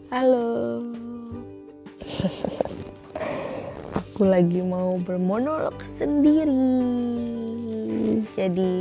Halo, aku lagi mau bermonolog sendiri. Jadi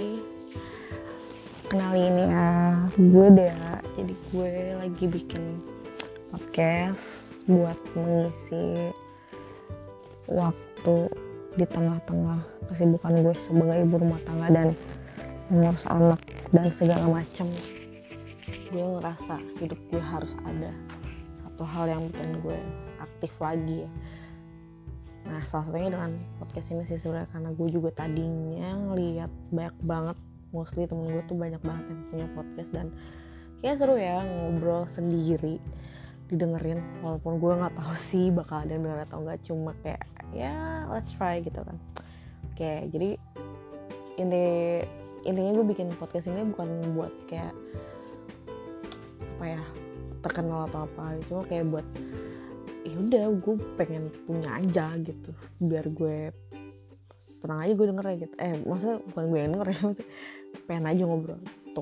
kenalin ya, gue Dea. Jadi gue lagi bikin podcast buat mengisi waktu di tengah-tengah kesibukan gue sebagai ibu rumah tangga dan mengurus anak dan segala macam. Gue ngerasa hidup gue harus ada satu hal yang bikin gue aktif lagi ya. Nah, salah satunya dengan podcast ini sih sebenarnya, karena gue juga tadinya ngeliat banyak banget, mostly temen gue tuh banyak banget yang punya podcast dan kayak seru ya ngobrol sendiri didengerin, walaupun gue nggak tahu sih bakal ada yang denger atau enggak, cuma kayak ya let's try gitu kan. Oke, jadi intinya gue bikin podcast ini bukan buat kayak apa ya, terkenal atau apa, cuma kayak buat ya udah gue pengen punya aja gitu, biar gue senang aja gue denger ya gitu. Maksudnya bukan gue yang denger ya, maksudnya pengen aja ngobrol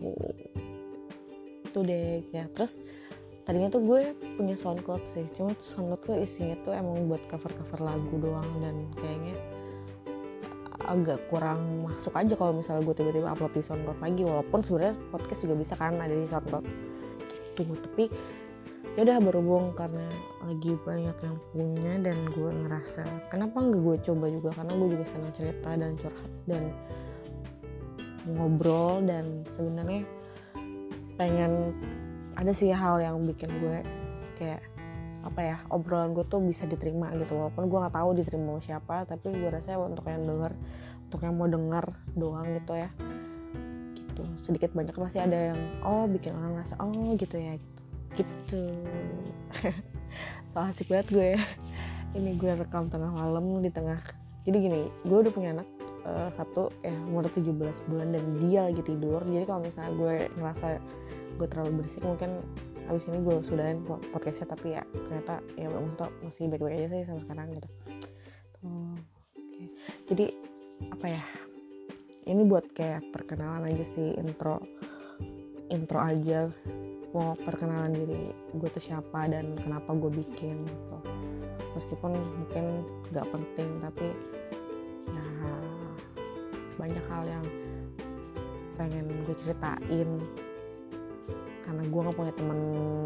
tuh deh ya. Terus tadinya tuh gue punya SoundCloud sih, cuma SoundCloud tuh isinya tuh emang buat cover lagu doang, dan kayaknya agak kurang masuk aja kalau misalnya gue tiba-tiba upload di SoundCloud lagi, walaupun sebenarnya podcast juga bisa kan ada di SoundCloud gitu. Tapi ya udah, berhubung karena lagi banyak yang punya dan gue ngerasa kenapa nggak gue coba juga, karena gue juga senang cerita dan curhat dan ngobrol, dan sebenarnya pengen ada sih hal yang bikin gue kayak apa ya, obrolan gue tuh bisa diterima gitu, walaupun gue nggak tahu diterima sama siapa, tapi gue rasa untuk yang denger, untuk yang mau denger doang gitu ya, gitu sedikit banyak pasti ada yang bikin orang ngerasa gitu ya gitu. So asik banget gue ya. Ini gue rekam tengah malam di tengah. Jadi gini, gue udah punya anak satu ya, umur 17 bulan dan dia lagi tidur. Jadi kalau misalnya gue ngerasa gue terlalu berisik, mungkin abis ini gue sudahin podcastnya. Tapi ya ternyata ya maksudnya masih baik-baik aja sih sampai sekarang gitu. Okay. Jadi apa ya, ini buat kayak perkenalan aja sih, intro aja, mau perkenalan diri gue tuh siapa dan kenapa gue bikin gitu. Meskipun mungkin gak penting, tapi ya banyak hal yang pengen gue ceritain, karena gue gak punya temen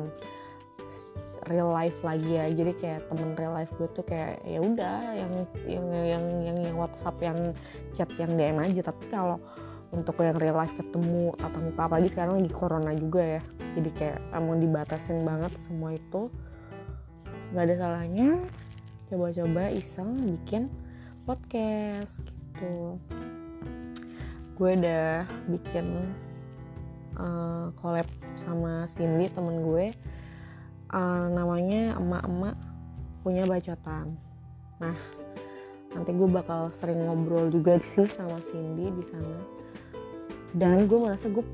real life lagi ya. Jadi kayak temen real life gue tuh kayak ya udah yang WhatsApp, yang chat, yang DM aja. Tapi kalau untuk yang real life ketemu tatap muka, apalagi sekarang lagi corona juga ya, jadi kayak emang dibatasin banget semua itu. Gak ada salahnya coba-coba iseng bikin podcast gitu. Gue udah bikin collab sama Cindy, temen gue, namanya emak-emak punya bacotan. Nah, nanti gue bakal sering ngobrol juga sih sama Cindy di sana. Dan gue merasa gue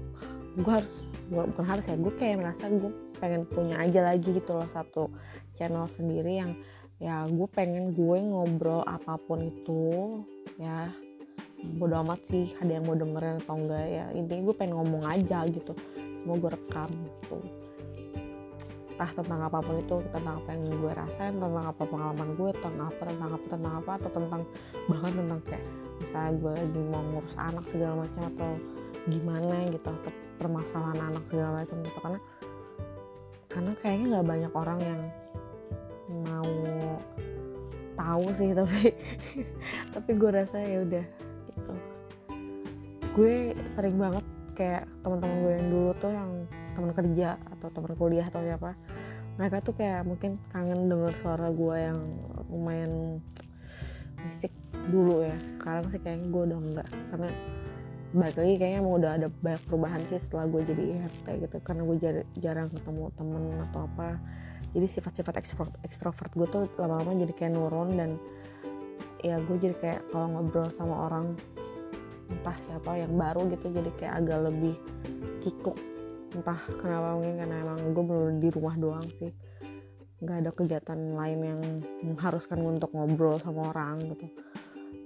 kayak merasa gue pengen punya aja lagi gitu loh, satu channel sendiri yang ya gue pengen gue ngobrol apapun itu ya, bodo amat sih ada yang mau dengerin atau enggak ya, intinya gue pengen ngomong aja gitu, mau gue rekam gitu, entah tentang apapun itu, tentang apa yang gue rasain, tentang apa pengalaman gue, tentang apa, atau tentang bahkan tentang kayak misalnya gue lagi mau ngurus anak segala macam atau gimana gitu, atau permasalahan anak segala macam gitu, karena kayaknya nggak banyak orang yang mau tahu sih, tapi gue rasa ya udah gitu. Gue sering banget kayak teman-teman gue yang dulu tuh, yang teman kerja atau teman kuliah atau siapa, mereka tuh kayak mungkin kangen denger suara gue yang lumayan berisik dulu ya. Sekarang sih kayaknya gue udah enggak, karena balik lagi kayaknya mau udah ada banyak perubahan sih setelah gue jadi IHT gitu, karena gue jarang ketemu temen atau apa. Jadi sifat-sifat ekstrovert gue tuh lama-lama jadi kayak nurun, dan ya gue jadi kayak kalau ngobrol sama orang entah siapa yang baru gitu, jadi kayak agak lebih kikuk. Entah kenapa, mungkin karena emang gue bener di rumah doang sih, nggak ada kegiatan lain yang mengharuskan gue untuk ngobrol sama orang gitu.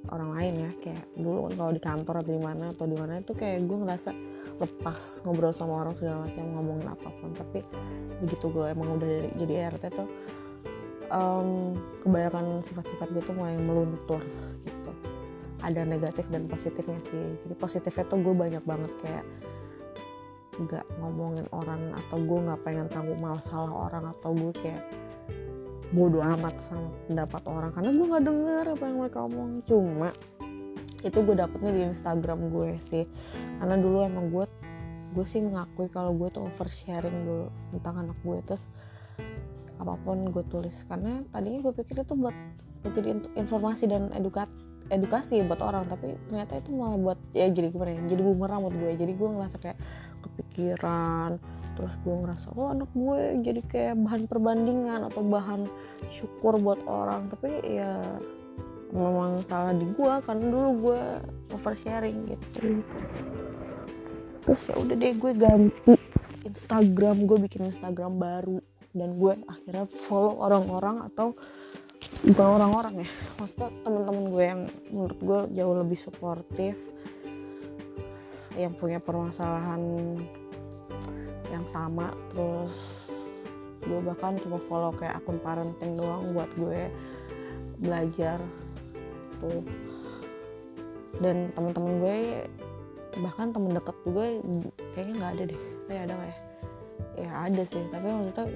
orang lain ya, kayak dulu kan kalau di kantor atau di mana itu kayak gue ngerasa lepas ngobrol sama orang segala macam, ngomongin apapun. Tapi begitu gue emang udah jadi RT tuh kebanyakan sifat-sifat gue tuh mulai meluntur gitu. Ada negatif dan positifnya sih. Jadi positifnya tuh gue banyak banget kayak nggak ngomongin orang, atau gue nggak pengen tahu masalah orang, atau gue kayak bodo amat sama pendapat orang karena gue nggak denger apa yang mereka omong. Cuma itu gue dapetnya di Instagram gue sih, karena dulu emang gue sih mengakui kalau gue tuh oversharing dulu tentang anak gue, terus apapun gue tulis karena tadinya gue pikir itu buat jadi informasi dan edukasi buat orang, tapi ternyata itu malah buat ya jadi gimana ya, jadi bumerang buat gue. Jadi gue ngerasa kayak kepikiran, terus gue ngerasa anak gue jadi kayak bahan perbandingan atau bahan syukur buat orang. Tapi ya memang salah di gue karena dulu gue oversharing gitu. Terus ya udah deh, gue ganti Instagram, gue bikin Instagram baru, dan gue akhirnya follow orang-orang, atau bukan orang-orang ya, maksudnya teman-teman gue yang menurut gue jauh lebih suportif, yang punya permasalahan yang sama. Terus gue bahkan cuma follow kayak akun parenting doang buat gue belajar tuh. Dan teman-teman gue, bahkan temen deket gue kayaknya nggak ada deh, ada nggak ya? Ya ada sih, tapi maksudnya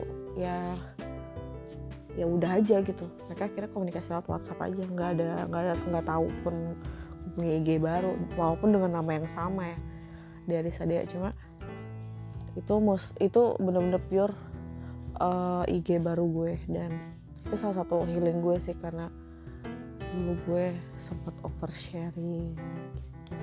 ya udah aja gitu. Mereka akhirnya komunikasi lewat WhatsApp aja, nggak tahu pun punya IG baru, walaupun dengan nama yang sama ya, dari Sadea. Cuma itu benar-benar pure IG baru gue, dan itu salah satu healing gue sih, karena dulu gue sempat oversharing gitu,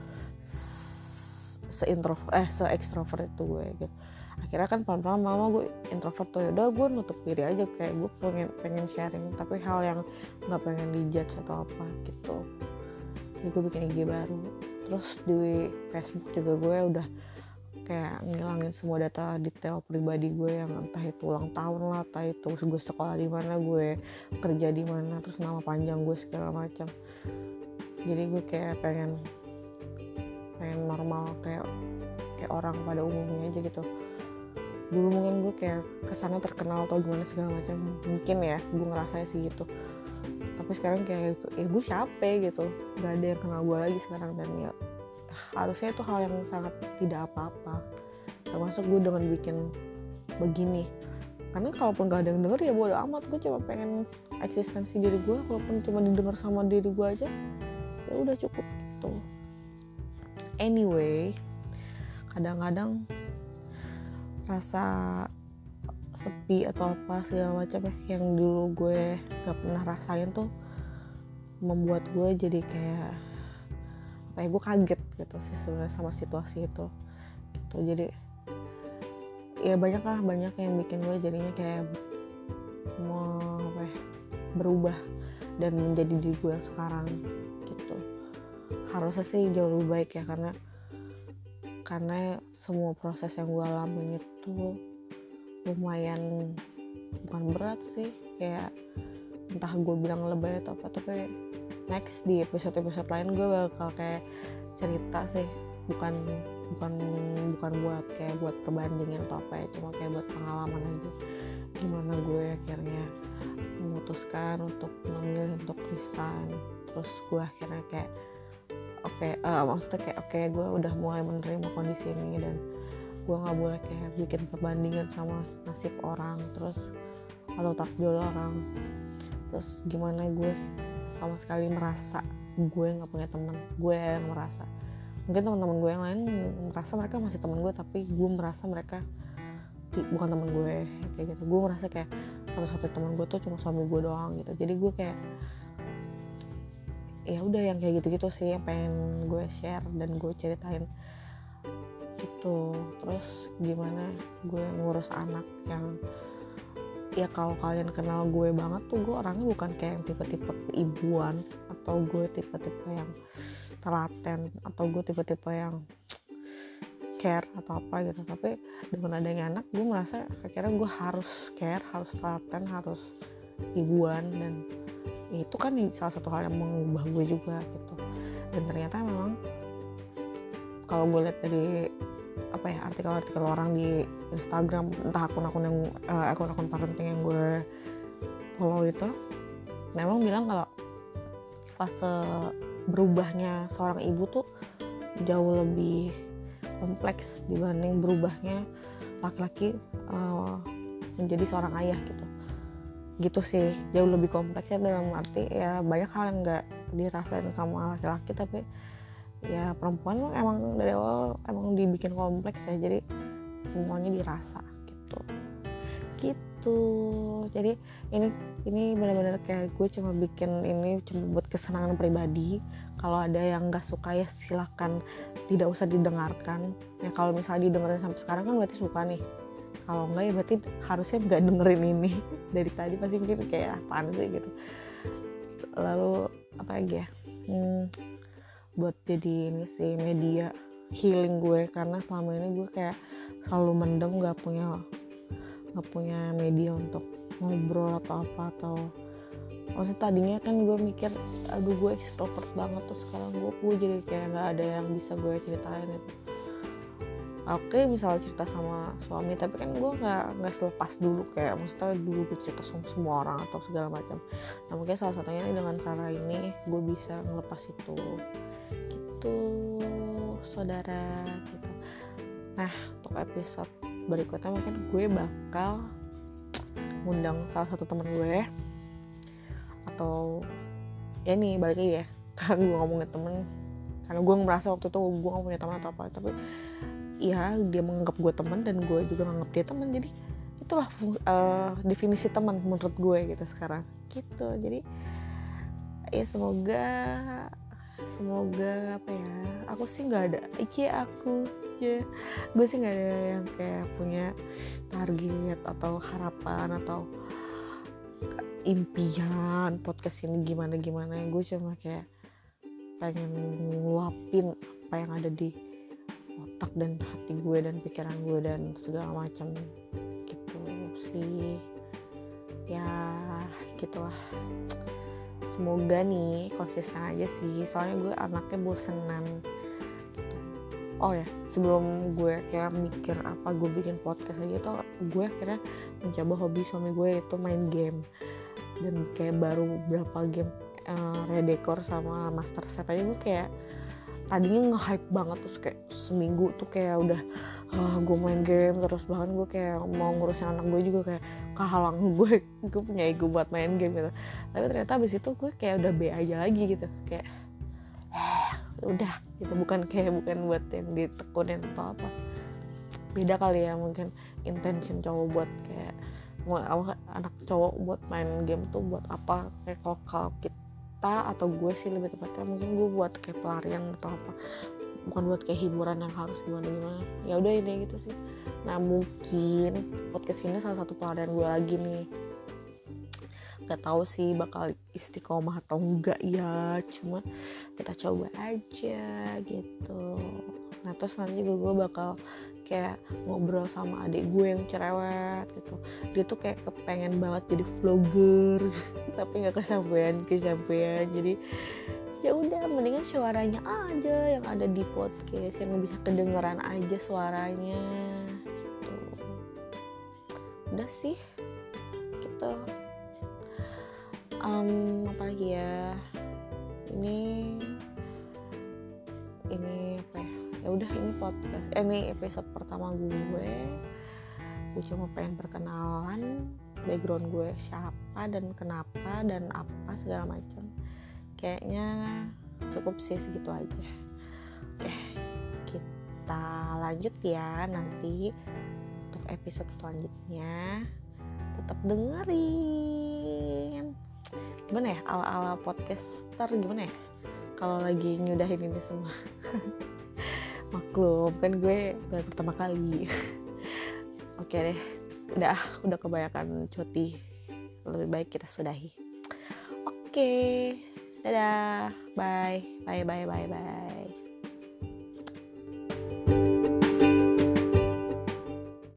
se-extrovert itu gue gitu. Akhirnya kan pelan-pelan lama gue introvert tuh, yaudah gue nutup diri aja, kayak gue pengen sharing tapi hal yang nggak pengen dijudge atau apa gitu. Jadi gue bikin IG baru. Terus di Facebook juga gue udah kayak ngilangin semua data detail pribadi gue, yang entah itu ulang tahun lah, entah itu gue sekolah di mana, gue kerja di mana, terus nama panjang gue segala macam. Jadi gue kayak pengen normal kayak orang pada umumnya aja gitu. Dulu mungkin gue kayak kesana terkenal atau gimana segala macam, mungkin ya gue ngerasa sih gitu. Tapi sekarang kayak gue siapa gitu, gak ada yang kenal gue lagi sekarang. Dan ya harusnya itu hal yang sangat tidak apa-apa, termasuk gue dengan bikin begini. Karena kalaupun gak ada yang denger ya bodo amat, gue cuma pengen eksistensi diri gue, walaupun cuma didengar sama diri gue aja ya udah cukup gitu. Anyway, kadang-kadang rasa sepi atau apa segala macam yang dulu gue gak pernah rasain tuh membuat gue jadi kayak gue kaget gitu sih sebenarnya sama situasi itu gitu. Jadi ya banyak yang bikin gue jadinya kayak mau berubah dan menjadi diri gue yang sekarang gitu. Harusnya sih jauh lebih baik ya, karena semua proses yang gue alamin itu lumayan, bukan berat sih, kayak entah gue bilang lebay atau apa, tapi next di episode lain gue bakal kayak cerita sih, bukan buat kayak buat perbandingan atau apa ya, cuma kayak buat pengalaman aja gimana gue akhirnya memutuskan untuk memilih untuk resign. Terus gue akhirnya kayak maksudnya gue udah mulai menerima kondisi ini, dan gue nggak boleh kayak bikin perbandingan sama nasib orang terus atau takdir orang. Terus gimana gue sama sekali merasa gue nggak punya teman, gue merasa mungkin teman-teman gue yang lain merasa mereka masih teman gue, tapi gue merasa mereka bukan teman gue kayak gitu. Gue merasa kayak satu-satu teman gue tuh cuma suami gue doang gitu. Jadi gue kayak ya udah yang kayak gitu-gitu sih yang pengen gue share dan gue ceritain gitu. Terus gimana gue ngurus anak yang ya kalau kalian kenal gue banget tuh, gue orangnya bukan kayak yang tipe-tipe ibuan, atau gue tipe-tipe yang telaten, atau gue tipe-tipe yang care atau apa gitu. Tapi dengan adanya anak, gue merasa akhirnya gue harus care, harus telaten, harus ibuan, dan itu kan salah satu hal yang mengubah gue juga gitu. Dan ternyata memang kalau gue lihat dari artikel-artikel orang di Instagram, entah akun-akun parenting yang gue follow itu, memang bilang kalau fase berubahnya seorang ibu tuh jauh lebih kompleks dibanding berubahnya laki-laki menjadi seorang ayah gitu sih. Jauh lebih kompleksnya dalam arti ya banyak hal yang nggak dirasain sama laki-laki, tapi ya perempuan emang dari awal emang dibikin kompleks ya, jadi semuanya dirasa gitu. Jadi ini benar-benar kayak gue cuma bikin ini cuma buat kesenangan pribadi. Kalau ada yang nggak suka ya silakan tidak usah didengarkan ya. Kalau misalnya didengerin sampai sekarang kan berarti suka nih, kalau enggak ya berarti harusnya nggak dengerin ini dari tadi, pasti mungkin kayak apaan sih gitu. Lalu apa lagi ya, buat jadi ini sih media healing gue, karena selama ini gue kayak selalu mendem, nggak punya media untuk ngobrol atau apa. Atau maksudnya tadinya kan gue mikir aduh gue extrovert banget, terus sekarang gue jadi kayak nggak ada yang bisa gue ceritain itu. Oke, misalnya cerita sama suami, tapi kan gue nggak selepas dulu, kayak maksudnya dulu gue cerita sama semua orang atau segala macam. Nah mungkin salah satunya ini dengan cara ini gue bisa ngelepas itu gitu saudara gitu. Nah untuk episode berikutnya mungkin gue bakal ngundang salah satu teman gue, atau ya nih balik lagi ya kan gue ngomongin temen, karena gue merasa waktu itu gue gak punya teman atau apa, tapi ya dia menganggap gue teman dan gue juga menganggap dia teman. Jadi itulah definisi teman menurut gue gitu sekarang gitu. Jadi ya semoga apa ya, aku sih nggak ada gue sih nggak ada yang kayak punya target atau harapan atau impian podcast ini gimana. Gue cuma kayak pengen ngeluapin apa yang ada di otak dan hati gue dan pikiran gue dan segala macam gitu sih ya, gitulah. Semoga nih konsisten aja sih, soalnya gue anaknya bosenan gitu. Oh ya, sebelum gue kayak mikir apa gue bikin podcast aja tuh, gue akhirnya mencoba hobi suami gue, itu main game. Dan kayak baru berapa game Redecor sama Master Chef aja gue kayak tadinya nge-hype banget, terus kayak seminggu tuh kayak udah gue main game terus, bahkan gue kayak mau ngurusin anak gue juga kayak kehalang gue punya ego buat main game gitu. Tapi ternyata abis itu gue kayak udah B aja lagi gitu, kayak udah gitu, bukan buat yang ditekunin atau apa. Beda kali ya mungkin intention cowok buat kayak anak cowok buat main game tuh buat apa, kayak kalau kita atau gue sih lebih tepatnya mungkin gue buat kayak pelarian atau apa, bukan buat kayak hiburan yang harus gimana ya udah ini gitu sih. Nah mungkin podcast ini salah satu pelarian gue lagi nih, gak tahu sih bakal istiqomah atau enggak ya, cuma kita coba aja gitu. Nah terus nanti gue bakal kayak ngobrol sama adik gue yang cerewet gitu. Dia tuh kayak kepengen banget jadi vlogger tapi nggak kesampaian. Jadi ya udah mendingan suaranya aja yang ada di podcast, yang bisa kedengeran aja suaranya gitu. Udah sih gitu. Apa lagi ya, ini apa ya udah, ini podcast ini episode pertama gue cuma pengen perkenalan background gue siapa dan kenapa dan apa segala macam. Kayaknya cukup sih segitu aja. Oke, kita lanjut ya nanti untuk episode selanjutnya. Tetap dengerin. Gimana ya, ala-ala podcaster gimana ya kalau lagi nyudahin ini semua. Maklum kan gue baru pertama kali. Oke deh, udah kebanyakan cuti, lebih baik kita sudahi. Oke, dadah, bye.